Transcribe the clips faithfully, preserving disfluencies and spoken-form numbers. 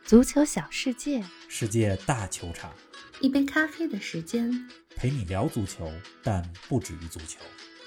足球小世界， 世界大球场， 一杯咖啡的时间， 陪你聊足球，但不止于足球。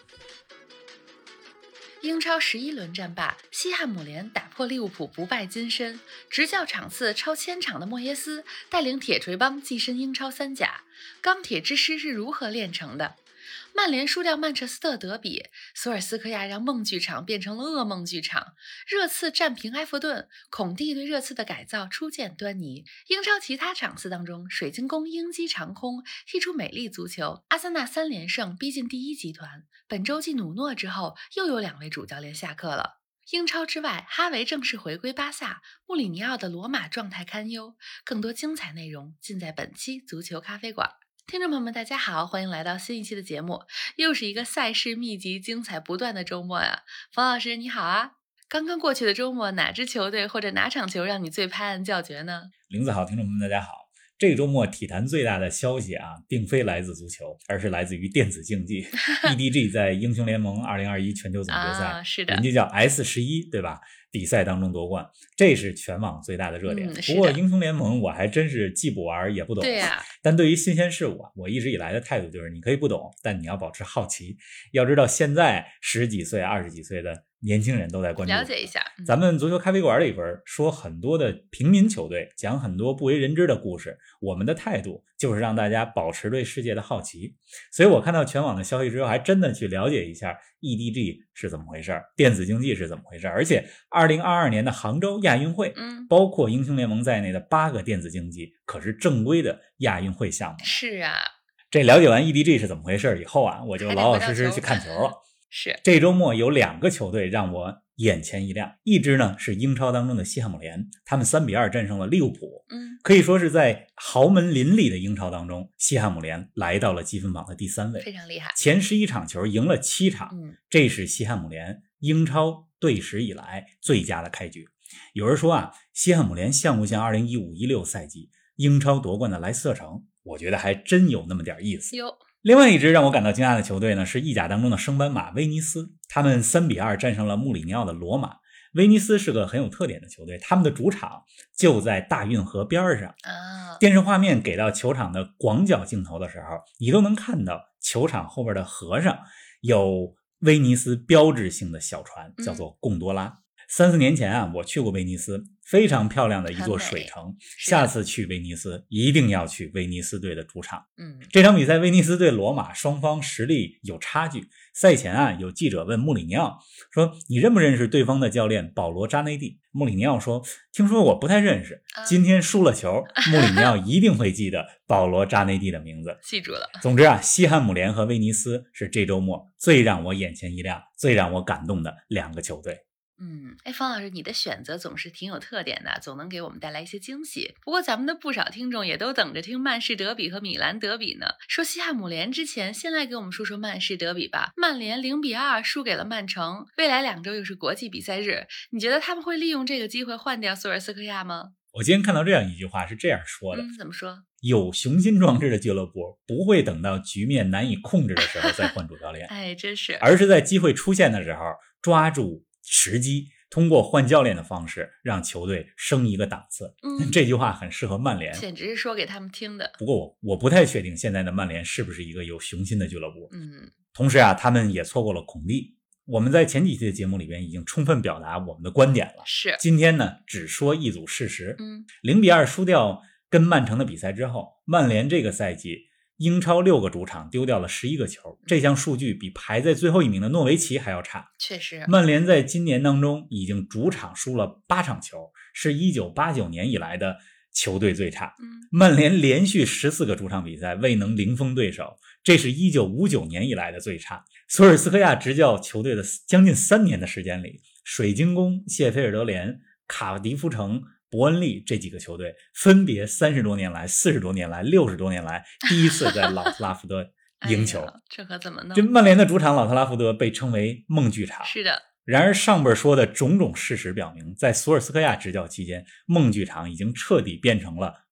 英超十一轮战罢，西汉姆联打破利物浦不败金身，执教场次超千场的莫耶斯带领铁锤帮跻身英超三甲。钢铁之师是如何炼成的？曼联输掉曼彻斯特德比，索尔斯克亚让梦剧场变成了噩梦剧场。热刺战平埃弗顿，孔蒂对热刺的改造初见端倪。英超其他场次当中，水晶宫鹰击长空，踢出美丽足球。阿森纳三连胜，逼近第一集团。本周继努诺之后，又有两位主教练下课了。英超之外，哈维正式回归巴萨，穆里尼奥的罗马状态堪忧。更多精彩内容尽在本期足球咖啡馆。听众朋友们大家好，欢迎来到新一期的节目，又是一个赛事密集精彩不断的周末呀。冯老师你好啊，刚刚过去的周末，哪支球队或者哪场球让你最拍案叫绝呢？ 林子好，听众朋友们大家好。这个周末体坛最大的消息啊，并非来自足球，而是来自于电子竞技。E D G 在英雄联盟二零二一全球总决赛， 啊、是的， 人家叫 S 十一 对吧？比赛当中夺冠，这是全网最大的热点。 嗯、 不过英雄联盟我还真是既不玩也不懂。 对啊， 但对于新鲜事物啊，我一直以来的态度就是你可以不懂，但你要保持好奇。要知道现在十几岁、二十几岁的年轻人都在关注， 了解一下。 嗯、咱们足球咖啡馆里边说很多的平民球队，讲很多不为人知的故事，我们的态度就是让大家保持对世界的好奇。所以我看到全网的消息之后，还真的去了解一下 E D G 是怎么回事，电子竞技是怎么回事。而且二零二二年的杭州亚运会， 嗯， 包括英雄联盟在内的八个电子竞技可是正规的亚运会项目。 是啊， 这了解完 E D G 是怎么回事以后啊，我就老老实实去看球了。 是， 这周末有两个球队让我眼前一亮，一支呢是英超当中的西汉姆联，他们三比二战胜了利物浦。 嗯， 可以说是在豪门林立的英超当中，西汉姆联来到了积分榜的第三位， 非常厉害。 前十一场球赢了七场， 嗯， 这是西汉姆联英超队史以来最佳的开局。有人说啊，西汉姆联像不像二零一五一六赛季英超夺冠的莱斯特城？我觉得还真有那么点意思。 有。 另外一支让我感到惊讶的球队呢，是意甲当中的升班马威尼斯，他们三比二战胜了穆里尼奥的罗马。威尼斯是个很有特点的球队，他们的主场就在大运河边上。 啊， 电视画面给到球场的广角镜头的时候，你都能看到球场后边的河上有威尼斯标志性的小船，叫做贡多拉。嗯、三四年前啊，我去过威尼斯，非常漂亮的一座水城。下次去威尼斯一定要去威尼斯队的主场。 嗯， 这场比赛威尼斯对罗马双方实力有差距。赛前啊，有记者问穆里尼奥说：“你认不认识对方的教练保罗扎内蒂？”穆里尼奥说：“听说我不太认识。”今天输了球，穆里尼奥一定会记得保罗扎内蒂的名字， 记住了。 总之啊，西汉姆联和威尼斯是这周末最让我眼前一亮、最让我感动的两个球队。 嗯，哎，方老师，你的选择总是挺有特点的，总能给我们带来一些惊喜。不过咱们的不少听众也都等着听曼市德比和米兰德比呢。说西汉姆联之前，先来给我们说说曼市德比吧。曼联零比二输给了曼城，未来两周又是国际比赛日，你觉得他们会利用这个机会换掉索尔斯克亚吗？ 我今天看到这样一句话是这样说的， 嗯，怎么说？ 有雄心壮志的俱乐部不会等到局面难以控制的时候再换主教练， 哎，真是， 而是在机会出现的时候抓住时机，通过换教练的方式让球队升一个档次。 嗯， 这句话很适合曼联， 简直是说给他们听的。 不过我我不太确定现在的曼联是不是一个有雄心的俱乐部。 嗯， 同时啊，他们也错过了孔蒂。我们在前几期的节目里边已经充分表达我们的观点了。 是， 今天呢只说一组事实。 嗯， 零比二输掉跟曼城的比赛之后，曼联这个赛季英超六个主场丢掉了十一个球，这项数据比排在最后一名的诺维奇还要差。 确实， 曼联在今年当中已经主场输了八场球，是一九八九年以来的球队最差。 嗯， 曼联连续十四个主场比赛未能零封对手，这是一九五九年以来的最差。索尔斯克亚执教球队的将近三年的时间里，水晶宫、谢菲尔德联、卡迪夫城、伯恩利这几个球队分别三十多年来、四十多年来、六十多年来第一次在老特拉福德赢球。 哎、这可怎么弄？ 这曼联的主场老特拉福德被称为梦剧场。 是的。 然而上边说的种种事实表明，在索尔斯克亚执教期间，梦剧场已经彻底变成了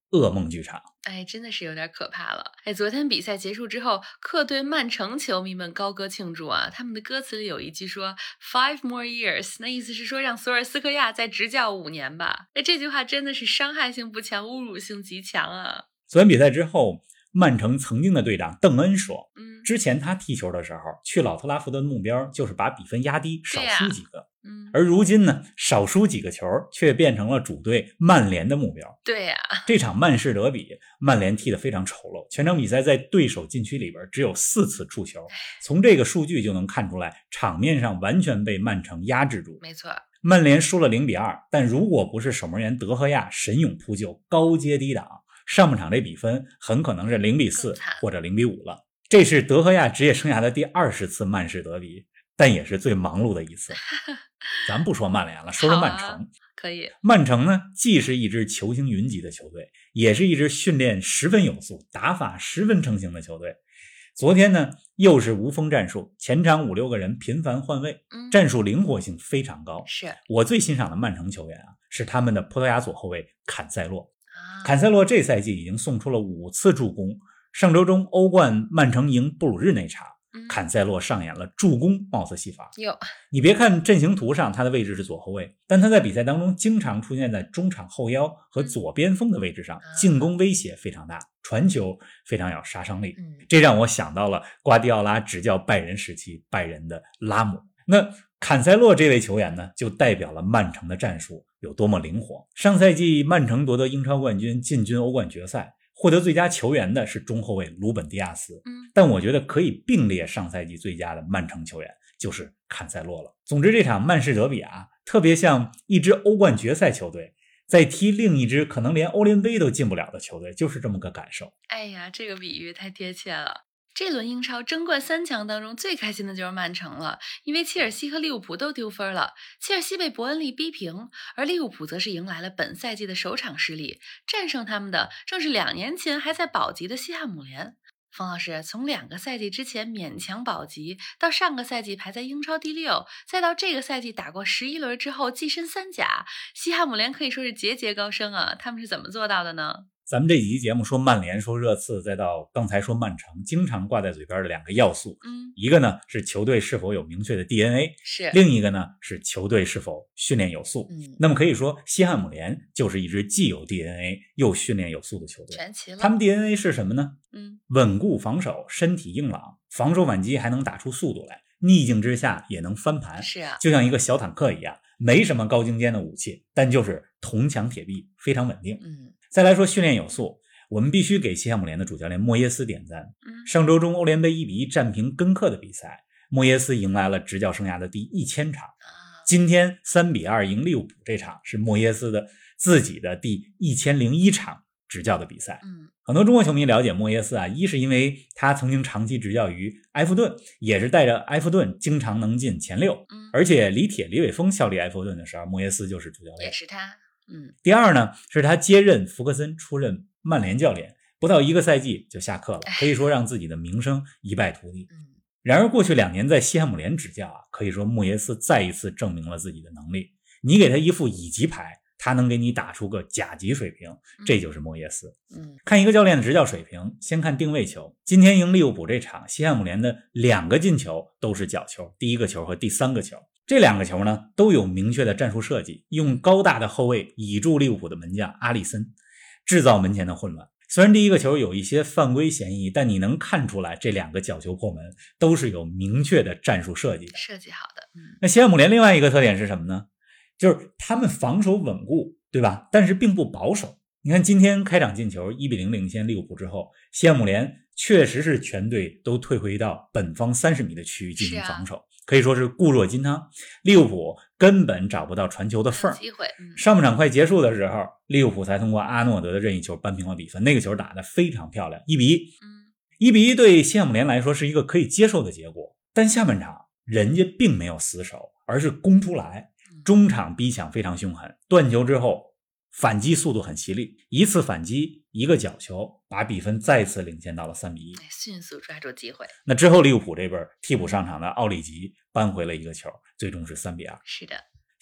噩梦剧场。 哎，真的是有点可怕了。哎，昨天比赛结束之后，客队曼城球迷们高歌庆祝啊，他们的歌词里有一句说 five more years， 那意思是说让索尔斯克亚再执教五年吧。哎，这句话真的是伤害性不强，侮辱性极强啊。 昨天比赛之后，曼城曾经的队长邓恩说， 嗯， 之前他踢球的时候去老特拉福德的目标就是把比分压低，少输几个。 嗯， 而如今呢，少输几个球却变成了主队曼联的目标。 对呀、啊， 这场曼市德比，曼联踢得非常丑陋，全场比赛在对手禁区里边只有四次触球，从这个数据就能看出来，场面上完全被曼城压制住。 没错， 曼联输了零比二，但如果不是守门员德赫亚神勇扑救，高阶低挡，上半场这比分很可能是零比四或者零比五了。这是德赫亚职业生涯的第二十次曼市德比，但也是最忙碌的一次。咱不说曼联了，说说曼城。 啊、可以。 曼城呢，既是一支球星云集的球队，也是一支训练十分有素、打法十分成型的球队。昨天呢，又是无锋战术，前场五六个人频繁换位， 嗯、 战术灵活性非常高。 是我最欣赏的曼城球员啊，是他们的葡萄牙左后卫坎塞洛。 啊、 坎塞洛这赛季已经送出了五次助攻。上周中欧冠曼城赢布鲁日那场，坎塞洛上演了助攻貌似戏法。 哟， 你别看阵型图上他的位置是左后卫，但他在比赛当中经常出现在中场后腰和左边锋的位置上，进攻威胁非常大，传球非常有杀伤力。这让我想到了瓜迪奥拉执教拜仁时期拜仁的拉姆。那坎塞洛这位球员呢，就代表了曼城的战术有多么灵活。上赛季曼城夺得英超冠军，进军欧冠决赛，获得最佳球员的是中后卫鲁本迪亚斯， 嗯， 但我觉得可以并列上赛季最佳的曼城球员就是坎塞洛了。总之这场曼市德比啊，特别像一支欧冠决赛球队在踢另一支可能连欧联杯都进不了的球队，就是这么个感受。 哎呀，这个比喻太贴切了。这轮英超争冠三强当中最开心的就是曼城了，因为切尔西和利物浦都丢分了，切尔西被伯恩利逼平，而利物浦则是迎来了本赛季的首场失利，战胜他们的正是两年前还在保级的西汉姆联。冯老师，从两个赛季之前勉强保级，到上个赛季排在英超第六，再到这个赛季打过十一轮之后跻身三甲，西汉姆联可以说是节节高升啊，他们是怎么做到的呢？ 咱们这几期节目说曼联说热刺，再到刚才说曼城，经常挂在嘴边的两个要素， 嗯， 一个呢是球队是否有明确的 D N A， 是另一个呢是球队是否训练有素。 嗯， 那么可以说西汉姆联就是一支既有 D N A 又训练有素的球队。 全齐了。 他们 D N A 是什么呢？ 嗯， 稳固防守，身体硬朗，防守反击还能打出速度来，逆境之下也能翻盘。 是啊， 就像一个小坦克一样，没什么高精尖的武器，但就是铜墙铁壁，非常稳定。 嗯， 再来说训练有素，我们必须给西汉姆联的主教练莫耶斯点赞。 嗯， 上周中欧联杯一比一战平根克的比赛，莫耶斯迎来了执教生涯的第一千场。 啊， 今天三比二赢利物浦这场是莫耶斯的自己的第一千零一场执教的比赛。 嗯， 很多中国球迷了解莫耶斯啊，一是因为他曾经长期执教于埃弗顿，也是带着埃弗顿经常能进前六。 嗯， 而且李铁、李伟峰效力埃弗顿的时候，莫耶斯就是主教练。 也是他。嗯， 第二呢，是他接任福克森出任曼联教练，不到一个赛季就下课了，可以说让自己的名声一败涂地。 嗯， 然而过去两年在西汉姆联执教啊，可以说莫耶斯再一次证明了自己的能力。你给他一副乙级牌，他能给你打出个甲级水平，这就是莫耶斯。 嗯， 看一个教练的执教水平，先看定位球。今天赢利物浦这场，西汉姆联的两个进球都是角球，第一个球和第三个球。这两个球呢，都有明确的战术设计，用高大的后卫倚住利物浦的门将阿里森，制造门前的混乱。虽然第一个球有一些犯规嫌疑，但你能看出来这两个角球破门都是有明确的战术设计的， 设计好的。嗯， 那西汉姆联另外一个特点是什么呢？就是他们防守稳固，对吧？但是并不保守。你看今天开场进球一比零领先利物浦之后，西汉姆联确实是全队都退回到本方三十米的区域进行防守，可以说是固若金汤。利物浦根本找不到传球的缝儿。 机会。嗯， 上半场快结束的时候，利物浦才通过阿诺德的任意球扳平了比分。那个球打得非常漂亮，一比一。 嗯， 一比一对西汉姆联来说是一个可以接受的结果，但下半场人家并没有死守，而是攻出来，中场逼抢非常凶狠，断球之后反击速度很犀利，一次反击一个角球，把比分再次领先到了三比一。 迅速抓住机会。 那之后利物浦这边替补上场的奥里吉扳回了一个球，最终是三比二。 是的。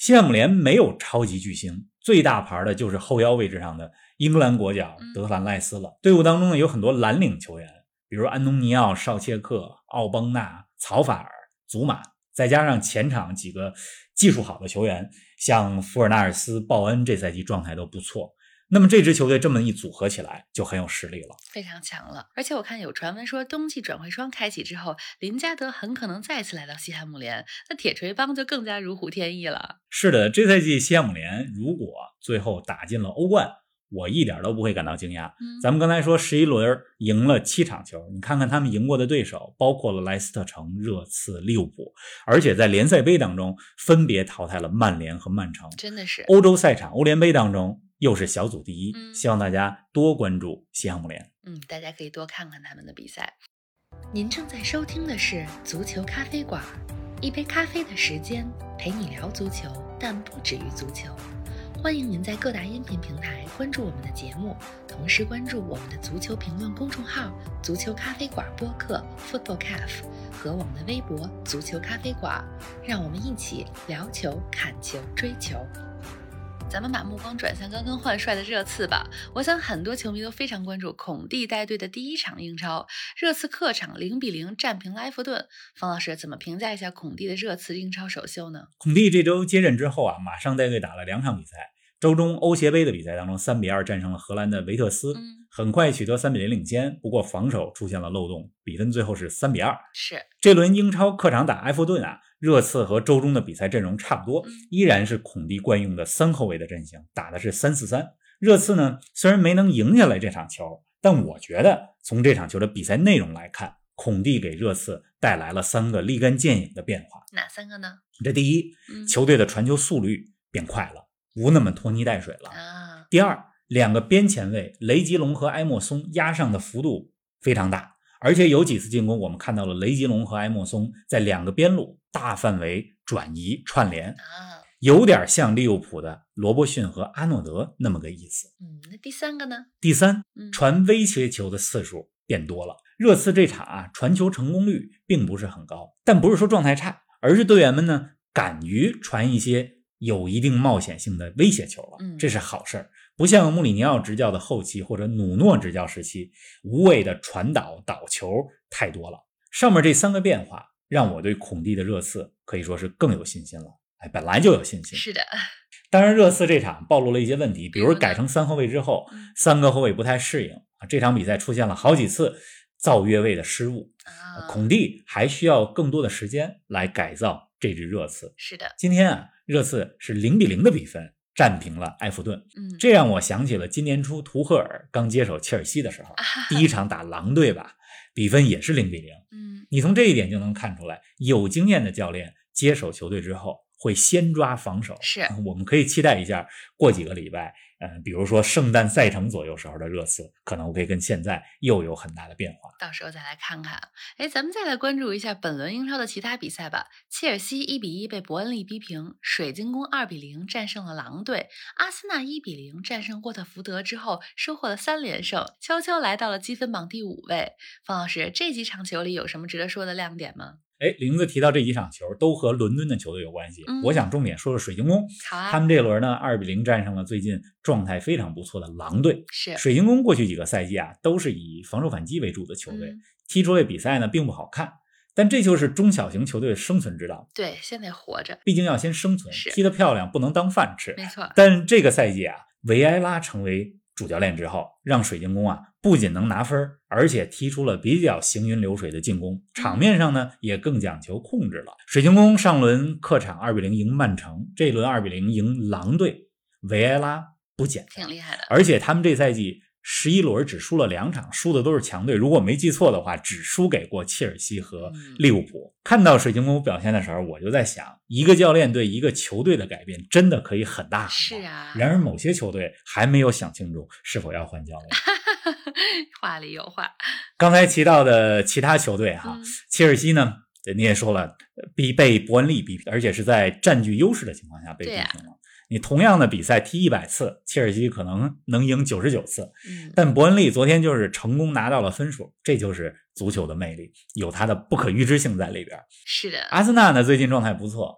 西汉姆联没有超级巨星，最大牌的就是后腰位置上的英格兰国脚德克兰赖斯了。队伍当中呢有很多蓝领球员，比如安东尼奥、绍切克、奥邦纳、曹法尔、祖马，再加上前场几个技术好的球员，像福尔纳尔斯、鲍恩这赛季状态都不错。那么这支球队这么一组合起来就很有实力了， 非常强了。而且我看有传闻说冬季转会窗开启之后，林加德很可能再次来到西汉姆联，那铁锤帮就更加如虎添翼了。 是的，这赛季西汉姆联如果最后打进了欧冠，我一点都不会感到惊讶。 嗯、 咱们刚才说十一轮赢了七场球，你看看他们赢过的对手包括了莱斯特城、热刺、利物浦，而且在联赛杯当中分别淘汰了曼联和曼城。 真的是欧洲赛场欧联杯当中又是小组第一、 嗯、 希望大家多关注西汉姆联。 嗯，大家可以多看看他们的比赛。 您正在收听的是足球咖啡馆，一杯咖啡的时间陪你聊足球，但不止于足球。欢迎您在各大音频平台关注我们的节目，同时关注我们的足球评论公众号足球咖啡馆播客 Football Cafe 和我们的微博足球咖啡馆，让我们一起聊球、看球、追球。 咱们把目光转向刚刚换帅的热刺吧。我想很多球迷都非常关注孔蒂带队的第一场英超，热刺客场零比零战平了埃弗顿。方老师怎么评价一下孔蒂的热刺英超首秀呢？ 孔蒂这周接任之后啊，马上带队打了两场比赛。周中欧协杯的比赛当中三比二战胜了荷兰的维特斯、 嗯、 很快取得三比零领先，不过防守出现了漏洞，比分最后是三比二。 是这轮英超客场打埃弗顿啊，热刺和周中的比赛阵容差不多、 嗯、 依然是孔蒂惯用的三后卫的阵型，打的是三四三。热刺呢虽然没能赢下来这场球，但我觉得从这场球的比赛内容来看，孔蒂给热刺带来了三个立竿见影的变化。 哪三个呢？ 这第一、嗯、球队的传球速率变快了，不那么拖泥带水了、 啊、 第二，两个边前卫雷吉隆和埃莫松压上的幅度非常大，而且有几次进攻我们看到了雷吉隆和埃莫松在两个边路大范围转移串联、 啊、 有点像利物浦的罗伯逊和阿诺德那么个意思。 嗯，那第三个呢？ 第三、 嗯、 传威胁球的次数变多了。热刺这场啊，传球成功率并不是很高，但不是说状态差，而是队员们呢敢于传一些有一定冒险性的威胁球了，这是好事儿。不像穆里尼奥执教的后期或者努诺执教时期，无谓的传导导球太多了。上面这三个变化让我对孔蒂的热刺可以说是更有信心了。哎，本来就有信心。 是的。 当然热刺这场暴露了一些问题，比如改成三后卫之后，三个后卫不太适应，这场比赛出现了好几次造越位的失误、啊、孔蒂还需要更多的时间来改造这支热刺。 是的， 今天啊，热刺是零比零的比分战平了埃弗顿。 嗯， 这让我想起了今年初图赫尔刚接手切尔西的时候、啊、第一场打狼队吧，比分也是零比零。 嗯， 你从这一点就能看出来，有经验的教练接手球队之后会先抓防守。 是、 嗯、我们可以期待一下过几个礼拜，呃，比如说圣诞赛程左右时候的热刺，可能会跟现在又有很大的变化。 到时候再来看看。哎，咱们再来关注一下本轮英超的其他比赛吧。切尔西一比一被伯恩利逼平，水晶宫二比零战胜了狼队，阿森纳一比零战胜沃特福德之后收获了三连胜，悄悄来到了积分榜第五位。方老师，这几场球里有什么值得说的亮点吗？ 哎，玲子提到这几场球都和伦敦的球队有关系、嗯、我想重点说说水晶宫。 好啊， 他们这轮呢二比零战胜了最近状态非常不错的狼队。 是， 水晶宫过去几个赛季啊都是以防守反击为主的球队、嗯、踢出来比赛呢并不好看，但这就是中小型球队的生存之道。 对，现在活着毕竟要先生存，踢得漂亮不能当饭吃。 没错， 但这个赛季啊，维埃拉成为主教练之后，让水晶宫啊不仅能拿分，而且踢出了比较行云流水的进攻，场面上呢也更讲求控制了。水晶宫上轮客场二比零赢曼城，这轮二比零赢狼队，维埃拉不简单， 挺厉害的。 而且他们这赛季十一轮只输了两场，输的都是强队，如果没记错的话只输给过切尔西和利物浦、嗯、看到水晶宫表现的时候，我就在想，一个教练对一个球队的改变真的可以很大很大。 是啊， 然而某些球队还没有想清楚是否要换教练。 话里有话。 刚才提到的其他球队哈、 嗯， 切尔西呢你也说了，逼被伯恩利逼平，而且是在占据优势的情况下被逼平了、啊、你同样的比赛踢一百次，切尔西可能能赢九十九次、 嗯、 但伯恩利昨天就是成功拿到了分数，这就是足球的魅力，有它的不可预知性在里边。 是的， 阿森纳呢最近状态不错，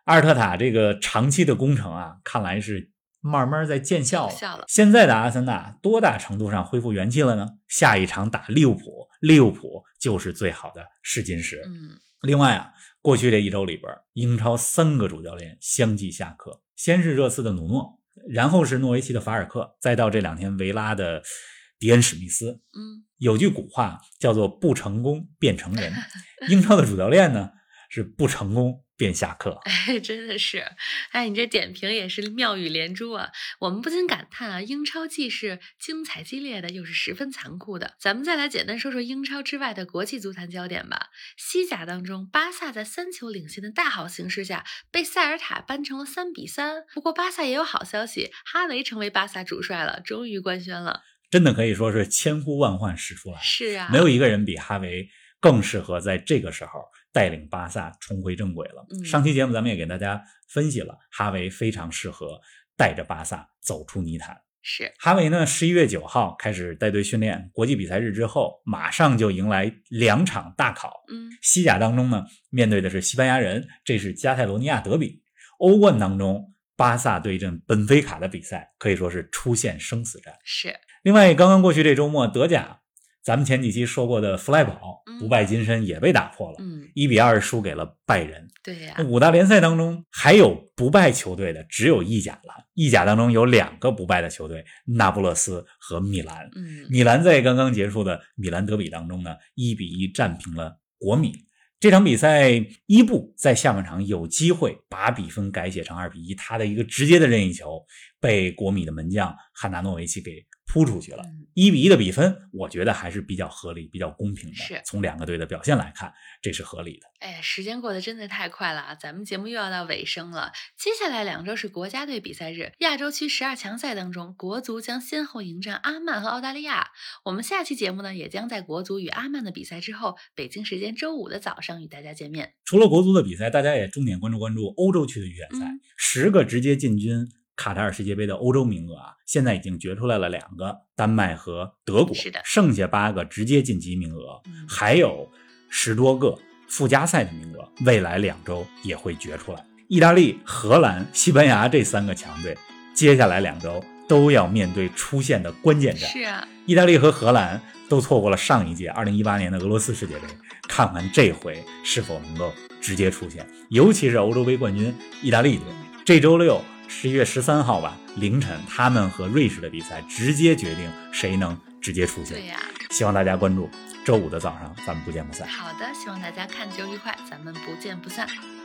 阿尔特塔这个长期的工程啊，看来是慢慢在见效了。 效了现在的阿森纳多大程度上恢复元气了呢？下一场打利物浦，利物浦就是最好的试金石。 嗯， 另外啊，过去这一周里边，英超三个主教练相继下课，先是热刺的努诺，然后是诺维奇的法尔克，再到这两天维拉的迪恩史密斯。 嗯， 有句古话叫做不成功便成仁，英超的主教练呢是不成功便下课。 哎，真的是，哎，你这点评也是妙语连珠啊！我们不禁感叹啊，英超既是精彩激烈的，又是十分残酷的。咱们再来简单说说英超之外的国际足坛焦点吧。西甲当中，巴萨在三球领先的大好形势下，被塞尔塔扳成了三比三。不过巴萨也有好消息，哈维成为巴萨主帅了，终于官宣了。 真的可以说是千呼万唤始出来。 是啊， 没有一个人比哈维更适合在这个时候带领巴萨重回正轨了。 嗯、 上期节目咱们也给大家分析了，哈维非常适合带着巴萨走出泥潭。 是哈维呢，十一月九号开始带队训练，国际比赛日之后，马上就迎来两场大考。 嗯， 西甲当中呢，面对的是西班牙人，这是加泰罗尼亚德比。欧冠当中，巴萨对阵本菲卡的比赛可以说是出现生死战。 是。 另外，刚刚过去这周末，德甲咱们前几期说过的弗赖堡不败金身也被打破了， 嗯， 一比二输给了拜仁。 对呀、 五大联赛当中还有不败球队的只有意甲了，意甲当中有两个不败的球队，那不勒斯和米兰。 嗯， 米兰在刚刚结束的米兰德比当中呢，一比一战平了国米。这场比赛，伊布在下半场有机会把比分改写成二比一，他的一个直接的任意球被国米的门将汉达诺维奇给扑出去了。一比一的比分，我觉得还是比较合理、比较公平的。 是， 从两个队的表现来看，这是合理的。 哎，时间过得真的太快了啊！咱们节目又要到尾声了。接下来两周是国家队比赛日，亚洲区十二强赛当中，国足将先后迎战阿曼和澳大利亚。我们下期节目呢，也将在国足与阿曼的比赛之后，北京时间周五的早上与大家见面。 除了国足的比赛，大家也重点关注关注欧洲区的预选赛， 嗯、 十个直接进军卡塔尔世界杯的欧洲名额啊，现在已经决出来了两个，丹麦和德国。 是的， 剩下八个直接晋级名额， 嗯、 还有十多个附加赛的名额，未来两周也会决出来。意大利、荷兰、西班牙这三个强队，接下来两周都要面对出线的关键战。 是啊， 意大利和荷兰都错过了上一届二零一八年的俄罗斯世界杯，看看这回是否能够直接出线。尤其是欧洲杯冠军意大利队，这周六十一月十三号吧凌晨，他们和瑞士的比赛直接决定谁能直接出线。 对呀、啊， 希望大家关注。周五的早上，咱们不见不散。 好的，希望大家看球愉快，咱们不见不散。